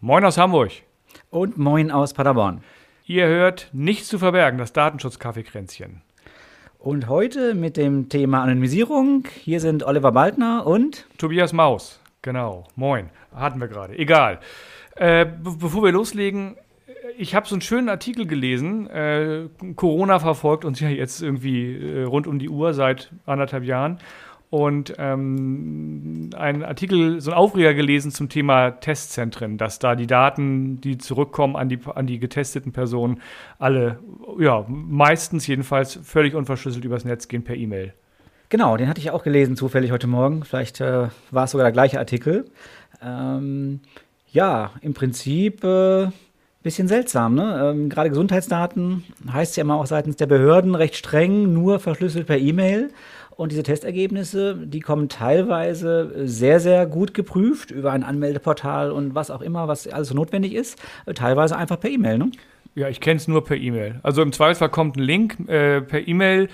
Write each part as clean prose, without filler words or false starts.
Moin aus Hamburg. Und moin aus Paderborn. Ihr hört Nichts zu verbergen, das Datenschutz-Kaffeekränzchen. Und heute mit dem Thema Anonymisierung. Hier sind Oliver Baldner und Tobias Maus. Genau, moin. Hatten wir gerade. Egal. Bevor wir loslegen, ich habe so einen schönen Artikel gelesen. Corona verfolgt uns ja jetzt irgendwie rund um die Uhr seit 1,5 Jahren. Und einen Artikel, so einen Aufreger gelesen zum Thema Testzentren, dass da die Daten, die zurückkommen an die getesteten Personen, alle, ja, meistens jedenfalls völlig unverschlüsselt übers Netz gehen per E-Mail. Genau, den hatte ich auch gelesen, zufällig heute Morgen. Vielleicht war es sogar der gleiche Artikel. Ja, im Prinzip bisschen seltsam, ne? Gerade Gesundheitsdaten heißt ja immer auch seitens der Behörden recht streng, nur verschlüsselt per E-Mail. Und diese Testergebnisse, die kommen teilweise sehr, sehr gut geprüft über ein Anmeldeportal und was auch immer, was alles so notwendig ist. Teilweise einfach per E-Mail, ne? Ja, ich kenne es nur per E-Mail. Also im Zweifelsfall kommt ein Link per E-Mail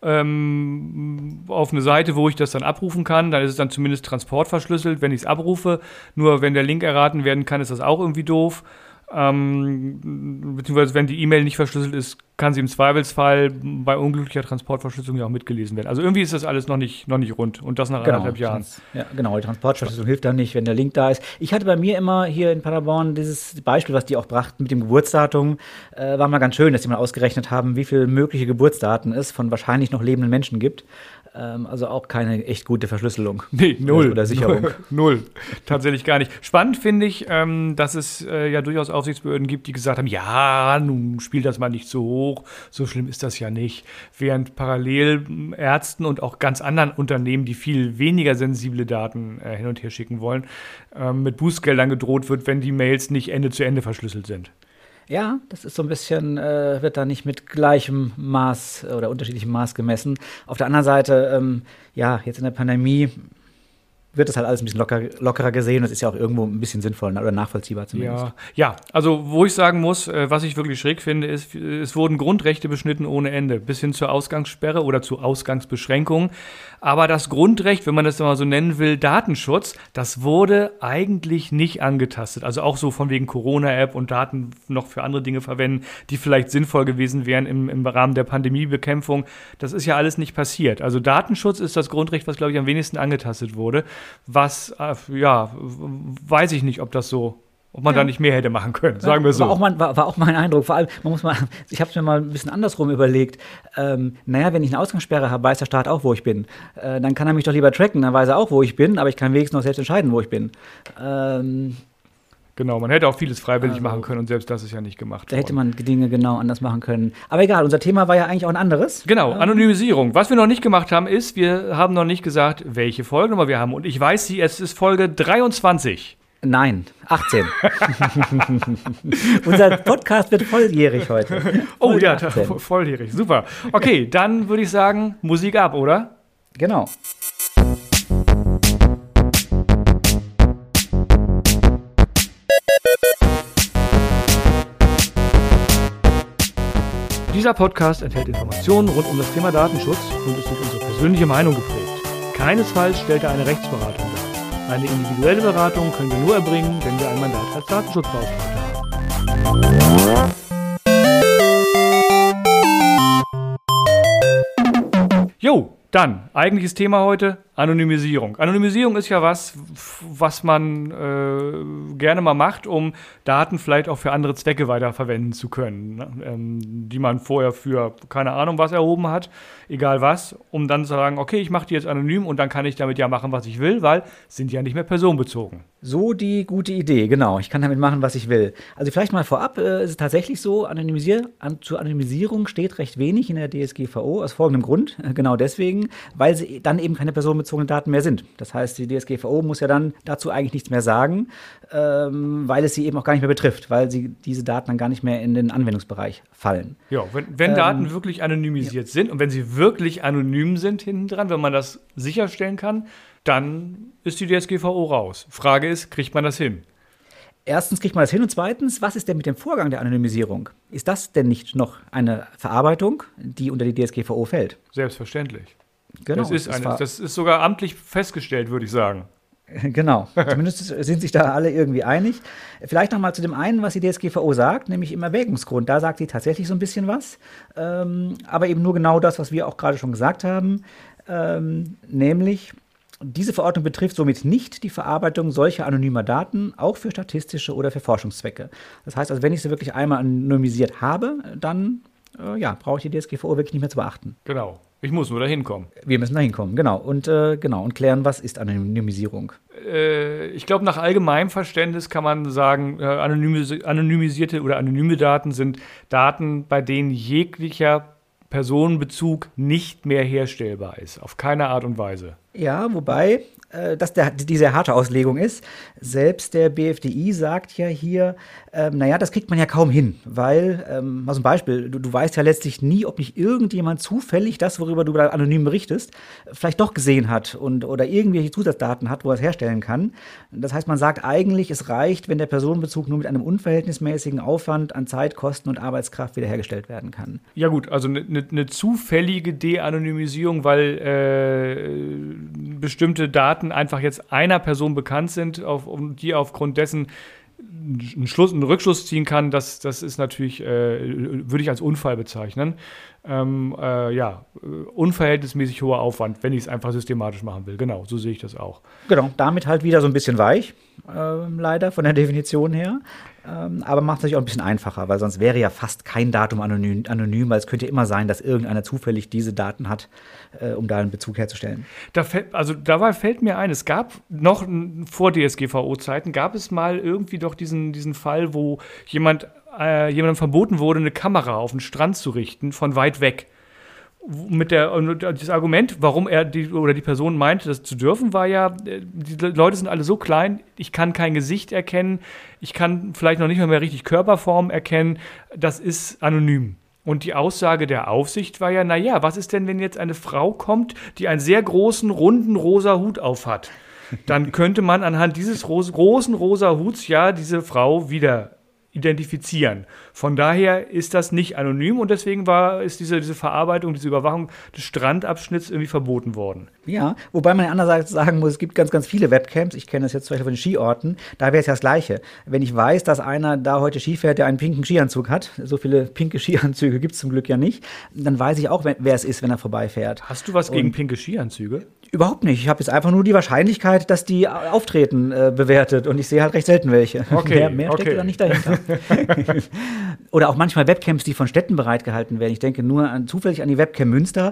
auf eine Seite, wo ich das dann abrufen kann. Dann ist es dann zumindest transportverschlüsselt, wenn ich es abrufe. Nur wenn der Link erraten werden kann, ist das auch irgendwie doof. Beziehungsweise wenn die E-Mail nicht verschlüsselt ist, kann sie im Zweifelsfall bei unglücklicher Transportverschlüsselung ja auch mitgelesen werden. Also irgendwie ist das alles noch nicht rund und das nach 1,5 Jahren. Ja, genau, die Transportverschlüsselung hilft dann nicht, wenn der Link da ist. Ich hatte bei mir immer hier in Paderborn dieses Beispiel, was die auch brachten mit dem Geburtsdatum, war mal ganz schön, dass die mal ausgerechnet haben, wie viele mögliche Geburtsdaten es von wahrscheinlich noch lebenden Menschen gibt. Also auch keine echt gute Verschlüsselung. Nee, null. Oder Sicherung. Null. Tatsächlich gar nicht. Spannend finde ich, dass es ja durchaus Aufsichtsbehörden gibt, die gesagt haben, ja, nun spielt das mal nicht so hoch, so schlimm ist das ja nicht. Während parallel Ärzten und auch ganz anderen Unternehmen, die viel weniger sensible Daten hin und her schicken wollen, mit Bußgeldern gedroht wird, wenn die Mails nicht Ende zu Ende verschlüsselt sind. Ja, das ist so ein bisschen, wird da nicht mit gleichem Maß oder unterschiedlichem Maß gemessen. Auf der anderen Seite, ja, jetzt in der Pandemie wird das halt alles ein bisschen lockerer gesehen. Das ist ja auch irgendwo ein bisschen sinnvoll oder nachvollziehbar zumindest. Ja, also wo ich sagen muss, was ich wirklich schräg finde, ist, es wurden Grundrechte beschnitten ohne Ende, bis hin zur Ausgangssperre oder zu Ausgangsbeschränkungen. Aber das Grundrecht, wenn man das mal so nennen will, Datenschutz, das wurde eigentlich nicht angetastet. Also auch so von wegen Corona-App und Daten noch für andere Dinge verwenden, die vielleicht sinnvoll gewesen wären im Rahmen der Pandemiebekämpfung. Das ist ja alles nicht passiert. Also Datenschutz ist das Grundrecht, was, glaube ich, am wenigsten angetastet wurde. Was, weiß ich nicht, ob man da nicht mehr hätte machen können, sagen wir so. War auch mein Eindruck. Vor allem, ich habe es mir mal ein bisschen andersrum überlegt. Naja, wenn ich eine Ausgangssperre habe, weiß der Staat auch, wo ich bin. Dann kann er mich doch lieber tracken, dann weiß er auch, wo ich bin, aber ich kann wenigstens noch selbst entscheiden, wo ich bin. Genau, man hätte auch vieles freiwillig machen können und selbst das ist ja nicht gemacht worden. Da hätte man Dinge genau anders machen können. Aber egal, unser Thema war ja eigentlich auch ein anderes. Genau, Anonymisierung. Was wir noch nicht gemacht haben, ist, wir haben noch nicht gesagt, welche Folgenummer wir haben. Und ich weiß sie, es ist Folge 23. Nein, 18. Unser Podcast wird volljährig heute. Oh ja, volljährig, super. Okay, dann würde ich sagen, Musik ab, oder? Genau. Dieser Podcast enthält Informationen rund um das Thema Datenschutz und ist durch unsere persönliche Meinung geprägt. Keinesfalls stellt er eine Rechtsberatung dar. Eine individuelle Beratung können wir nur erbringen, wenn wir ein Mandat als Datenschutzbeauftragter haben. Jo, dann, eigentliches Thema heute, Anonymisierung. Anonymisierung ist ja was man gerne mal macht, um Daten vielleicht auch für andere Zwecke weiterverwenden zu können, ne? Die man vorher für keine Ahnung was erhoben hat, egal was, um dann zu sagen, okay, ich mache die jetzt anonym und dann kann ich damit ja machen, was ich will, weil sind ja nicht mehr personenbezogen. So die gute Idee, genau. Ich kann damit machen, was ich will. Also vielleicht mal vorab, ist es tatsächlich so, zur Anonymisierung steht recht wenig in der DSGVO, aus folgendem Grund, genau deswegen, weil sie dann eben keine personenbezogenen Daten mehr sind. Das heißt, die DSGVO muss ja dann dazu eigentlich nichts mehr sagen, weil es sie eben auch gar nicht mehr betrifft, weil diese Daten dann gar nicht mehr in den Anwendungsbereich fallen. Ja, wenn Daten wirklich anonymisiert sind und wenn sie wirklich anonym sind hinten dran, wenn man das sicherstellen kann, dann ist die DSGVO raus. Frage ist, kriegt man das hin? Erstens kriegt man das hin und zweitens, was ist denn mit dem Vorgang der Anonymisierung? Ist das denn nicht noch eine Verarbeitung, die unter die DSGVO fällt? Selbstverständlich. Genau. Das ist sogar amtlich festgestellt, würde ich sagen. Genau, zumindest sind sich da alle irgendwie einig. Vielleicht noch mal zu dem einen, was die DSGVO sagt, nämlich im Erwägungsgrund. Da sagt sie tatsächlich so ein bisschen was, aber eben nur genau das, was wir auch gerade schon gesagt haben, nämlich diese Verordnung betrifft somit nicht die Verarbeitung solcher anonymer Daten, auch für statistische oder für Forschungszwecke. Das heißt also, wenn ich sie wirklich einmal anonymisiert habe, dann brauche ich die DSGVO wirklich nicht mehr zu beachten. Genau. Ich muss nur dahin kommen. Wir müssen dahin kommen, genau. Und klären, was ist Anonymisierung. Ich glaube, nach allgemeinem Verständnis kann man sagen, anonymisierte oder anonyme Daten sind Daten, bei denen jeglicher Personenbezug nicht mehr herstellbar ist. Auf keine Art und Weise. Ja, wobei die sehr harte Auslegung ist. Selbst der BfDI sagt ja hier, das kriegt man ja kaum hin, weil, mal so ein Beispiel, du weißt ja letztlich nie, ob nicht irgendjemand zufällig das, worüber du da anonym berichtest, vielleicht doch gesehen hat oder irgendwelche Zusatzdaten hat, wo er es herstellen kann. Das heißt, man sagt eigentlich, es reicht, wenn der Personenbezug nur mit einem unverhältnismäßigen Aufwand an Zeit, Kosten und Arbeitskraft wiederhergestellt werden kann. Ja gut, also eine zufällige De-Anonymisierung, weil bestimmte Daten einfach jetzt einer Person bekannt sind, die aufgrund dessen einen Rückschluss ziehen kann, das ist natürlich, würde ich als Unfall bezeichnen. Unverhältnismäßig hoher Aufwand, wenn ich es einfach systematisch machen will. Genau, so sehe ich das auch. Genau, damit halt wieder so ein bisschen weich, leider von der Definition her. Aber macht es natürlich auch ein bisschen einfacher, weil sonst wäre ja fast kein Datum anonym, weil es könnte ja immer sein, dass irgendeiner zufällig diese Daten hat, um da einen Bezug herzustellen. Dabei fällt mir ein, es gab noch vor DSGVO-Zeiten, gab es mal irgendwie doch diesen Fall, wo jemandem verboten wurde, eine Kamera auf den Strand zu richten, von weit weg. Das Argument, warum die Person meinte, das zu dürfen, war ja, die Leute sind alle so klein, ich kann kein Gesicht erkennen, ich kann vielleicht noch nicht mehr richtig Körperform erkennen, das ist anonym. Und die Aussage der Aufsicht war ja, was ist denn, wenn jetzt eine Frau kommt, die einen sehr großen, runden, rosa Hut aufhat? Dann könnte man anhand dieses großen, rosa Huts diese Frau wieder identifizieren. Von daher ist das nicht anonym und deswegen ist diese Verarbeitung, diese Überwachung des Strandabschnitts irgendwie verboten worden. Ja, wobei man ja andererseits sagen muss, es gibt ganz, ganz viele Webcams. Ich kenne das jetzt zum Beispiel von den Skiorten. Da wäre es ja das Gleiche. Wenn ich weiß, dass einer da heute Ski fährt, der einen pinken Skianzug hat, so viele pinke Skianzüge gibt es zum Glück ja nicht, dann weiß ich auch, wer es ist, wenn er vorbeifährt. Hast du was gegen pinke Skianzüge? Überhaupt nicht. Ich habe jetzt einfach nur die Wahrscheinlichkeit, dass die auftreten, bewertet. Und ich sehe halt recht selten welche. Okay, mehr steckt da nicht dahinter. Oder auch manchmal Webcams, die von Städten bereitgehalten werden. Ich denke nur zufällig an die Webcam Münster.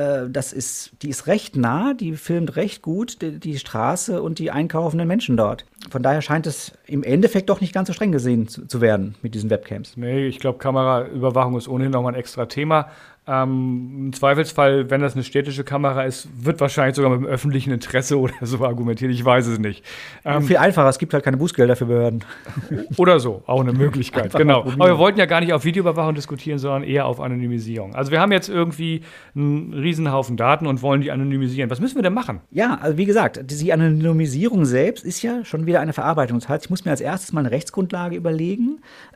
Die ist recht nah, die filmt recht gut die Straße und die einkaufenden Menschen dort. Von daher scheint es im Endeffekt doch nicht ganz so streng gesehen zu werden mit diesen Webcams. Nee, ich glaube, Kameraüberwachung ist ohnehin nochmal ein extra Thema. Im Zweifelsfall, wenn das eine städtische Kamera ist, wird wahrscheinlich sogar mit dem öffentlichen Interesse oder so argumentiert. Ich weiß es nicht. Viel einfacher, es gibt halt keine Bußgelder für Behörden. Oder so, auch eine Möglichkeit, genau. Aber wir wollten ja gar nicht auf Videoüberwachung diskutieren, sondern eher auf Anonymisierung. Also wir haben jetzt irgendwie einen Riesenhaufen Daten und wollen die anonymisieren. Was müssen wir denn machen? Ja, also wie gesagt, die Anonymisierung selbst ist ja schon wieder eine Verarbeitung. Das heißt, ich muss mir als erstes mal eine Rechtsgrundlage überlegen,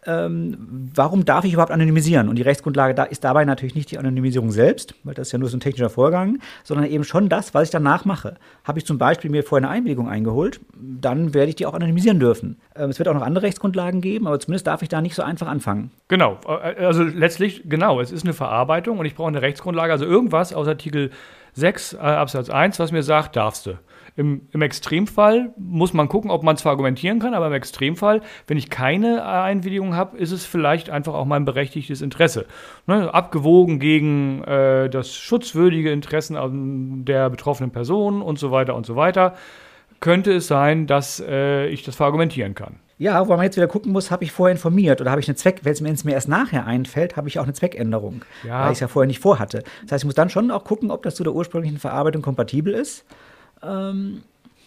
warum darf ich überhaupt anonymisieren? Und die Rechtsgrundlage ist dabei natürlich nicht die Anonymisierung selbst, weil das ist ja nur so ein technischer Vorgang, sondern eben schon das, was ich danach mache. Habe ich zum Beispiel mir vorher eine Einwilligung eingeholt, dann werde ich die auch anonymisieren dürfen. Es wird auch noch andere Rechtsgrundlagen geben, aber zumindest darf ich da nicht so einfach anfangen. Genau, also letztlich, es ist eine Verarbeitung und ich brauche eine Rechtsgrundlage, also irgendwas aus Artikel 6 Absatz 1, was mir sagt, darfst du. Im Extremfall muss man gucken, ob man zwar argumentieren kann, aber im Extremfall, wenn ich keine Einwilligung habe, ist es vielleicht einfach auch mein berechtigtes Interesse. Ne? Abgewogen gegen das schutzwürdige Interessen der betroffenen Person und so weiter, könnte es sein, dass ich das verargumentieren kann. Ja, wobei man jetzt wieder gucken muss, habe ich vorher informiert oder habe ich wenn es mir erst nachher einfällt, habe ich auch eine Zweckänderung, weil ich es ja vorher nicht vorhatte. Das heißt, ich muss dann schon auch gucken, ob das zu der ursprünglichen Verarbeitung kompatibel ist. Sagen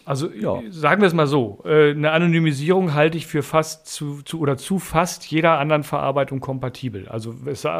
wir es mal so, eine Anonymisierung halte ich für zu fast jeder anderen Verarbeitung kompatibel. Also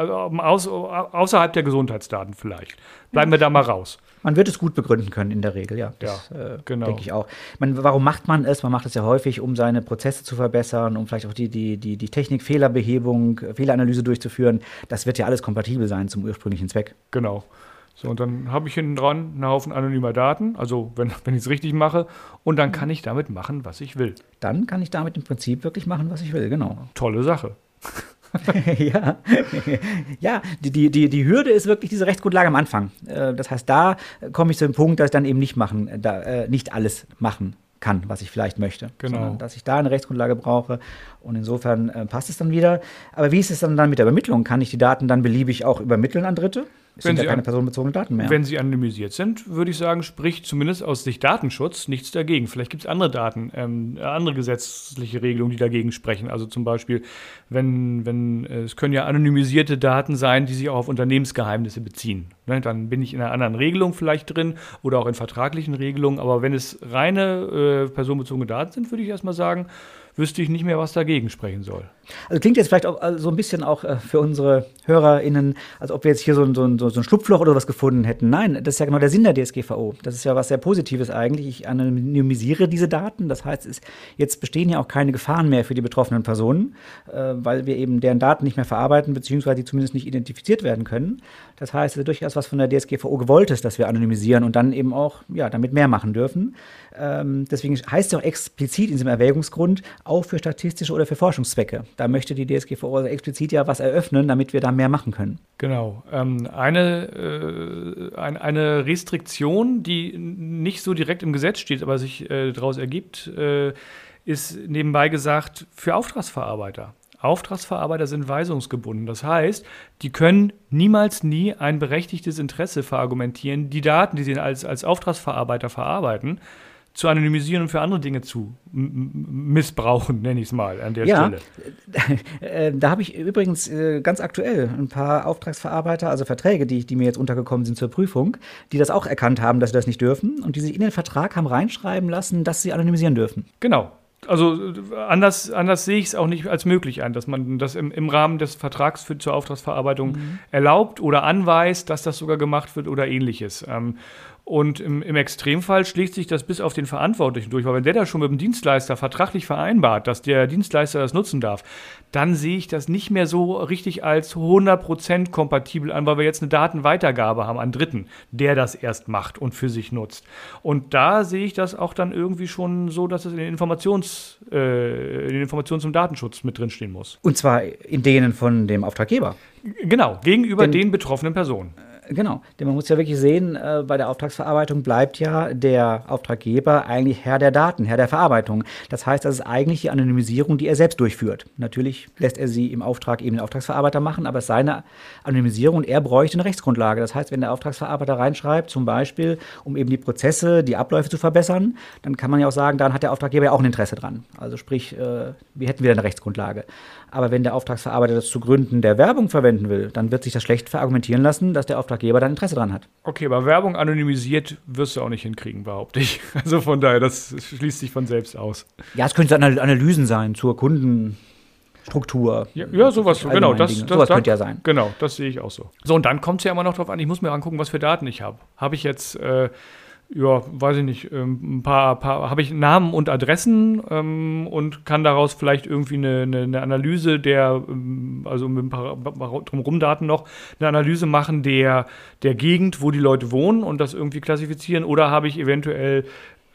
außerhalb der Gesundheitsdaten vielleicht. Bleiben wir da mal raus. Man wird es gut begründen können in der Regel, ja. Das genau. Denke ich auch. Warum macht man es? Man macht es ja häufig, um seine Prozesse zu verbessern, um vielleicht auch die Technikfehlerbehebung, Fehleranalyse durchzuführen. Das wird ja alles kompatibel sein zum ursprünglichen Zweck. Genau. So, und dann habe ich hinten dran einen Haufen anonymer Daten, also wenn ich es richtig mache, und dann kann ich damit machen, was ich will. Dann kann ich damit im Prinzip wirklich machen, was ich will, genau. Tolle Sache. Ja, ja, die Hürde ist wirklich diese Rechtsgrundlage am Anfang. Das heißt, da komme ich zu dem Punkt, dass ich dann eben nicht alles machen kann, was ich vielleicht möchte. Genau. Sondern, dass ich da eine Rechtsgrundlage brauche. Und insofern passt es dann wieder. Aber wie ist es dann mit der Übermittlung? Kann ich die Daten dann beliebig auch übermitteln an Dritte? Es sind ja keine personenbezogenen Daten mehr. Wenn sie anonymisiert sind, würde ich sagen, spricht zumindest aus Sicht Datenschutz nichts dagegen. Vielleicht gibt es andere Daten, andere gesetzliche Regelungen, die dagegen sprechen. Also zum Beispiel, es können ja anonymisierte Daten sein, die sich auch auf Unternehmensgeheimnisse beziehen. Ne, dann bin ich in einer anderen Regelung vielleicht drin oder auch in vertraglichen Regelungen. Aber wenn es reine personenbezogene Daten sind, würde ich erstmal sagen, wüsste ich nicht mehr, was dagegen sprechen soll. Also klingt jetzt vielleicht auch so ein bisschen auch für unsere HörerInnen, als ob wir jetzt hier so ein Schlupfloch oder was gefunden hätten. Nein, das ist ja genau der Sinn der DSGVO. Das ist ja was sehr Positives eigentlich. Ich anonymisiere diese Daten. Das heißt, jetzt bestehen ja auch keine Gefahren mehr für die betroffenen Personen, weil wir eben deren Daten nicht mehr verarbeiten, beziehungsweise die zumindest nicht identifiziert werden können. Das heißt, es ist durchaus was von der DSGVO gewollt ist, dass wir anonymisieren und dann eben auch damit mehr machen dürfen. Deswegen heißt es auch explizit in diesem Erwägungsgrund auch für statistische oder für Forschungszwecke. Da möchte die DSGVO also explizit ja was eröffnen, damit wir da mehr machen können. Genau. Eine Restriktion, die nicht so direkt im Gesetz steht, aber sich daraus ergibt, ist nebenbei gesagt für Auftragsverarbeiter. Auftragsverarbeiter sind weisungsgebunden. Das heißt, die können niemals nie ein berechtigtes Interesse verargumentieren, die Daten, die sie als Auftragsverarbeiter verarbeiten, zu anonymisieren und für andere Dinge zu missbrauchen, nenne ich es mal an der Stelle. Da habe ich übrigens ganz aktuell ein paar Auftragsverarbeiter, also Verträge, die mir jetzt untergekommen sind zur Prüfung, die das auch erkannt haben, dass sie das nicht dürfen und die sich in den Vertrag haben reinschreiben lassen, dass sie anonymisieren dürfen. Genau. Also anders sehe ich es auch nicht als möglich an, dass man das im Rahmen des Vertrags zur Auftragsverarbeitung erlaubt oder anweist, dass das sogar gemacht wird oder ähnliches. Und im Extremfall schlägt sich das bis auf den Verantwortlichen durch, weil wenn der da schon mit dem Dienstleister vertraglich vereinbart, dass der Dienstleister das nutzen darf, dann sehe ich das nicht mehr so richtig als 100% kompatibel an, weil wir jetzt eine Datenweitergabe haben an Dritten, der das erst macht und für sich nutzt. Und da sehe ich das auch dann irgendwie schon so, dass es in den Informationen zum Datenschutz mit drinstehen muss. Und zwar in denen von dem Auftraggeber. Genau, gegenüber den betroffenen Personen. Genau, denn man muss ja wirklich sehen, bei der Auftragsverarbeitung bleibt ja der Auftraggeber eigentlich Herr der Daten, Herr der Verarbeitung. Das heißt, das ist eigentlich die Anonymisierung, die er selbst durchführt. Natürlich lässt er sie im Auftrag eben den Auftragsverarbeiter machen, aber es ist seine Anonymisierung und er bräuchte eine Rechtsgrundlage. Das heißt, wenn der Auftragsverarbeiter reinschreibt, zum Beispiel, um eben die Prozesse, die Abläufe zu verbessern, dann kann man ja auch sagen, daran hat der Auftraggeber ja auch ein Interesse dran. Also sprich, wir hätten wieder eine Rechtsgrundlage. Aber wenn der Auftragsverarbeiter das zu Gründen der Werbung verwenden will, dann wird sich das schlecht verargumentieren lassen, dass der Auftraggeber dann Interesse dran hat. Okay, aber Werbung anonymisiert wirst du auch nicht hinkriegen, behaupte ich. Also von daher, das schließt sich von selbst aus. Ja, es könnte Analysen sein zur Kundenstruktur. Ja, sowas, genau. Sowas könnte ja sein. Genau, das sehe ich auch so. So, und dann kommt es ja immer noch darauf an, ich muss mir angucken, was für Daten ich habe. Habe ich jetzt weiß ich nicht, habe ich Namen und Adressen und kann daraus vielleicht irgendwie eine Analyse also mit ein paar Drumherum-Daten noch, eine Analyse machen der Gegend, wo die Leute wohnen und das irgendwie klassifizieren, oder habe ich eventuell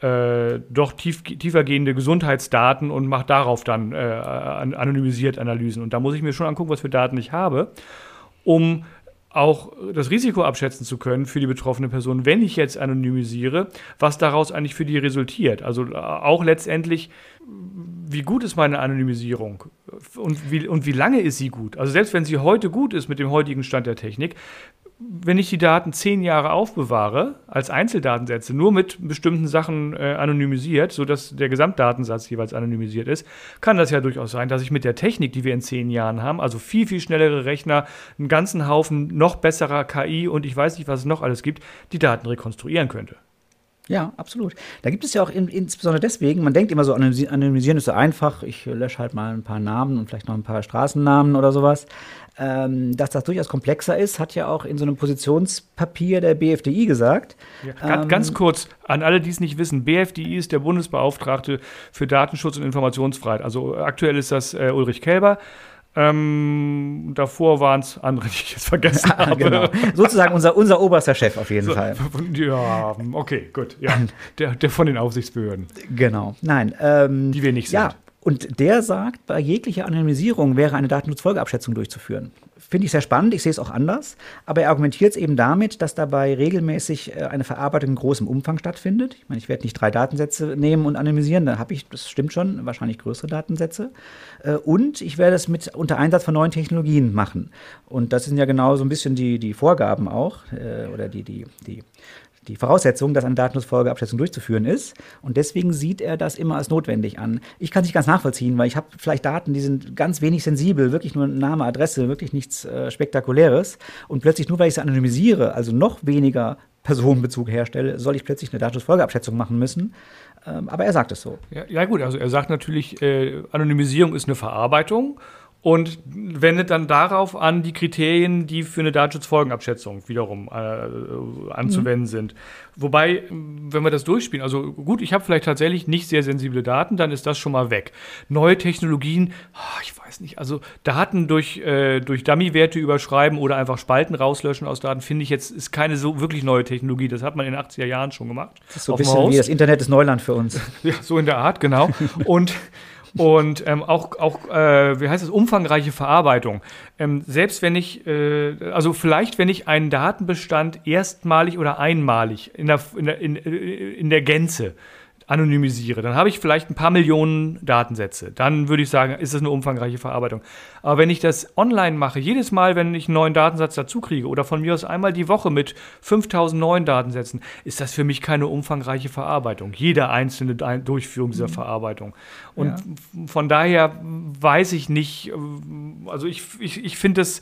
doch tiefergehende Gesundheitsdaten und mache darauf dann anonymisiert Analysen. Und da muss ich mir schon angucken, was für Daten ich habe, um auch das Risiko abschätzen zu können für die betroffene Person, wenn ich jetzt anonymisiere, was daraus eigentlich für die resultiert. Also auch letztendlich, wie gut ist meine Anonymisierung und wie lange ist sie gut? Also selbst wenn sie heute gut ist mit dem heutigen Stand der Technik, wenn ich die Daten 10 Jahre aufbewahre, als Einzeldatensätze, nur mit bestimmten Sachen anonymisiert, sodass der Gesamtdatensatz jeweils anonymisiert ist, kann das ja durchaus sein, dass ich mit der Technik, die wir in 10 Jahren haben, also viel, viel schnellere Rechner, einen ganzen Haufen noch besserer KI und ich weiß nicht, was es noch alles gibt, die Daten rekonstruieren könnte. Ja, absolut. Da gibt es ja auch insbesondere deswegen, man denkt immer so, anonymisieren ist so einfach, ich lösche halt mal ein paar Namen und vielleicht noch ein paar Straßennamen oder sowas. Dass das durchaus komplexer ist, hat ja auch in so einem Positionspapier der BfDI gesagt. Ja, ganz kurz, an alle, die es nicht wissen, BfDI ist der Bundesbeauftragte für Datenschutz und Informationsfreiheit. Also aktuell ist das Ulrich Kelber. Davor waren es andere, die ich jetzt vergessen habe. Genau. Sozusagen unser oberster Chef auf jeden Fall. Ja, okay, gut. Ja, der von den Aufsichtsbehörden. Genau. Nein. Die wir nicht sind. Ja, und der sagt, bei jeglicher Anonymisierung wäre eine Datennutzfolgeabschätzung durchzuführen. Finde ich sehr spannend, ich sehe es auch anders, aber er argumentiert es eben damit, dass dabei regelmäßig eine Verarbeitung in großem Umfang stattfindet. Ich meine, ich werde nicht 3 Datensätze nehmen und anonymisieren, da habe ich, das stimmt schon, wahrscheinlich größere Datensätze. Und ich werde es unter Einsatz von neuen Technologien machen. Und das sind ja genau so ein bisschen die Vorgaben auch, oder die Voraussetzung, dass eine Datennutzfolgeabschätzung durchzuführen ist. Und deswegen sieht er das immer als notwendig an. Ich kann es nicht ganz nachvollziehen, weil ich habe vielleicht Daten, die sind ganz wenig sensibel, wirklich nur Name, Adresse, wirklich nichts Spektakuläres. Und plötzlich, nur weil ich sie anonymisiere, also noch weniger Personenbezug herstelle, soll ich plötzlich eine Datennutzfolgeabschätzung machen müssen. Aber er sagt es so. Ja gut, also er sagt natürlich, Anonymisierung ist eine Verarbeitung. Und wendet dann darauf an die Kriterien, die für eine Datenschutzfolgenabschätzung wiederum anzuwenden sind. Wobei, wenn wir das durchspielen, also gut, ich habe vielleicht tatsächlich nicht sehr sensible Daten, dann ist das schon mal weg. Neue Technologien, ich weiß nicht, also Daten durch Dummy-Werte überschreiben oder einfach Spalten rauslöschen aus Daten, finde ich jetzt, ist keine so wirklich neue Technologie. Das hat man in den 80er Jahren schon gemacht. Das ist so ein bisschen wie das Internet ist Neuland für uns. Ja, so in der Art, genau. Und auch wie heißt es, umfangreiche Verarbeitung. Selbst wenn ich, also vielleicht, wenn ich einen Datenbestand erstmalig oder einmalig in der Gänze anonymisiere, dann habe ich vielleicht ein paar Millionen Datensätze. Dann würde ich sagen, ist das eine umfangreiche Verarbeitung. Aber wenn ich das online mache, jedes Mal, wenn ich einen neuen Datensatz dazu kriege oder von mir aus einmal die Woche mit 5000 neuen Datensätzen, ist das für mich keine umfangreiche Verarbeitung. Jede einzelne Durchführung dieser Verarbeitung. Und von daher weiß ich nicht, also ich finde es,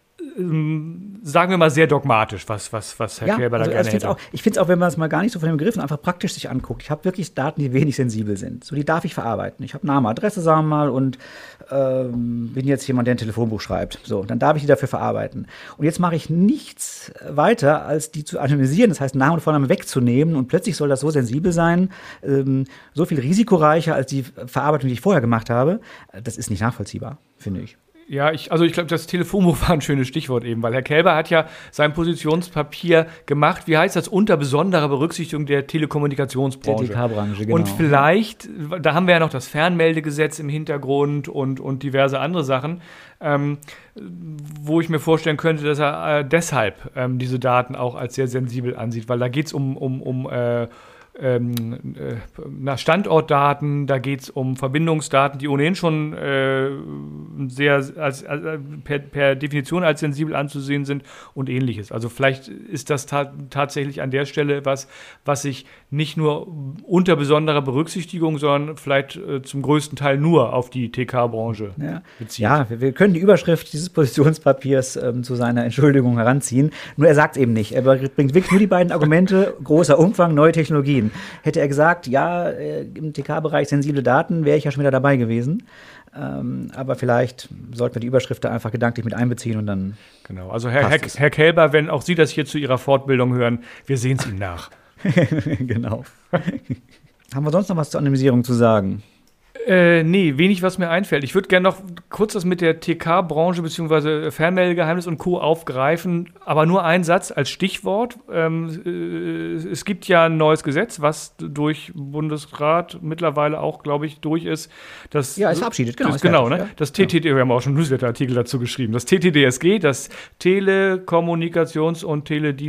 sagen wir mal, sehr dogmatisch, was Herr Kälber da gerne hätte. Ich finde es auch, wenn man es mal gar nicht so von den Begriffen einfach praktisch sich anguckt. Ich habe wirklich Daten, die wenig sensibel sind. So, die darf ich verarbeiten. Ich habe Name, Adresse, sagen wir mal, und bin jetzt jemand, der ein Telefonbuch schreibt. So, dann darf ich die dafür verarbeiten. Und jetzt mache ich nichts weiter, als die zu anonymisieren. Das heißt, Name und Vorname wegzunehmen. Und plötzlich soll das so sensibel sein, so viel risikoreicher als die Verarbeitung, die ich vorher gemacht habe. Das ist nicht nachvollziehbar, finde ich. Ja, ich glaube, das Telefonbuch war ein schönes Stichwort eben, weil Herr Kälber hat ja sein Positionspapier gemacht, wie heißt das, unter besonderer Berücksichtigung der Telekommunikationsbranche. Der TK-Branche, genau. Und vielleicht, da haben wir ja noch das Fernmeldegesetz im Hintergrund und diverse andere Sachen, wo ich mir vorstellen könnte, dass er deshalb diese Daten auch als sehr sensibel ansieht, weil da geht es um Standortdaten, da geht es um Verbindungsdaten, die ohnehin schon sehr per Definition als sensibel anzusehen sind und ähnliches. Also vielleicht ist das tatsächlich an der Stelle was sich nicht nur unter besonderer Berücksichtigung, sondern vielleicht zum größten Teil nur auf die TK-Branche bezieht. Ja, wir können die Überschrift dieses Positionspapiers zu seiner Entschuldigung heranziehen. Nur er sagt es eben nicht. Er bringt wirklich nur die beiden Argumente, großer Umfang, neue Technologien. Hätte er gesagt, ja, im TK-Bereich sensible Daten, wäre ich ja schon wieder dabei gewesen. Aber vielleicht sollten wir die Überschrift da einfach gedanklich mit einbeziehen und dann. Genau, also Herr Kälber, wenn auch Sie das hier zu Ihrer Fortbildung hören, wir sehen es Ihnen nach. Genau. Haben wir sonst noch was zur Anonymisierung zu sagen? Nee, wenig, was mir einfällt. Ich würde gerne noch kurz das mit der TK-Branche bzw. Fernmeldegeheimnis und Co. aufgreifen, aber nur ein Satz als Stichwort. Es gibt ja ein neues Gesetz, was durch Bundesrat mittlerweile auch, glaube ich, durch ist. Ist verabschiedet, genau. Genau, ne? Das TTD, wir haben auch schon einen Newsletter-Artikel dazu geschrieben. Das TTDSG, das Telekommunikations- und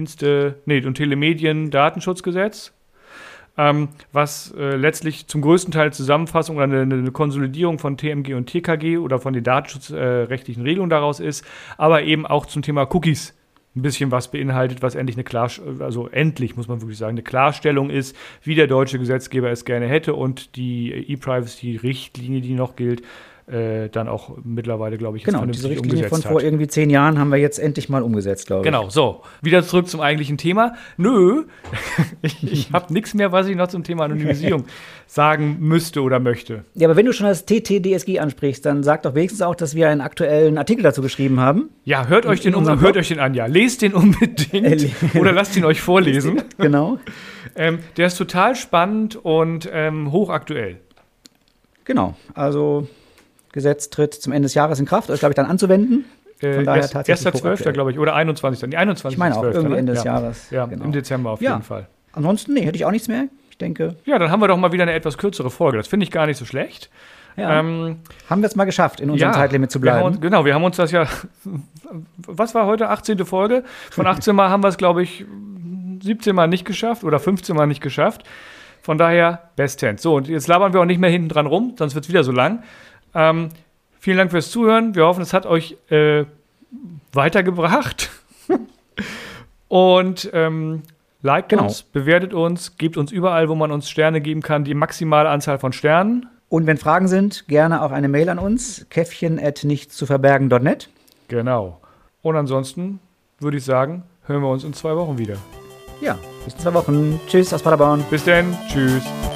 Telemedien-Datenschutzgesetz. Was letztlich zum größten Teil Zusammenfassung oder eine Konsolidierung von TMG und TKG oder von den datenschutzrechtlichen Regelungen daraus ist, aber eben auch zum Thema Cookies ein bisschen was beinhaltet, was endlich endlich, muss man wirklich sagen, eine Klarstellung ist, wie der deutsche Gesetzgeber es gerne hätte und die E-Privacy-Richtlinie, die noch gilt, dann auch mittlerweile, glaube ich, genau, diese Richtlinie von vor irgendwie 10 Jahren haben wir jetzt endlich mal umgesetzt, glaube ich. Genau, so. Wieder zurück zum eigentlichen Thema. Nö, ich habe nichts mehr, was ich noch zum Thema Anonymisierung sagen müsste oder möchte. Ja, aber wenn du schon das TTDSG ansprichst, dann sag doch wenigstens auch, dass wir einen aktuellen Artikel dazu geschrieben haben. Ja, hört euch den an, ja. Lest den unbedingt oder lasst ihn euch vorlesen. Genau. Der ist total spannend und hochaktuell. Genau, also Gesetz tritt zum Ende des Jahres in Kraft, ist, glaube ich, dann anzuwenden. Von daher tatsächlich 1.12., glaube ich, oder 21. Die 21. Ich meine auch, irgendwie Ende des Jahres. Ja, genau. Im Dezember auf jeden Fall. Ansonsten, hätte ich auch nichts mehr. Ich denke. Ja, dann haben wir doch mal wieder eine etwas kürzere Folge. Das finde ich gar nicht so schlecht. Ja. Haben wir es mal geschafft, in unserem Zeitlimit zu bleiben. Wir haben uns das ja, was war heute, 18. Folge? Von 18 Mal haben wir es, glaube ich, 17 Mal nicht geschafft oder 15 Mal nicht geschafft. Von daher, bestens. So, und jetzt labern wir auch nicht mehr hinten dran rum, sonst wird es wieder so lang. Vielen Dank fürs Zuhören. Wir hoffen, es hat euch weitergebracht. Und liked uns, bewertet uns, gebt uns überall, wo man uns Sterne geben kann, die maximale Anzahl von Sternen. Und wenn Fragen sind, gerne auch eine Mail an uns, käffchen@nichtszuverbergen.net. Genau. Und ansonsten würde ich sagen, hören wir uns in 2 Wochen wieder. Ja, bis in 2 Wochen. Tschüss aus Paderborn. Bis dann. Tschüss.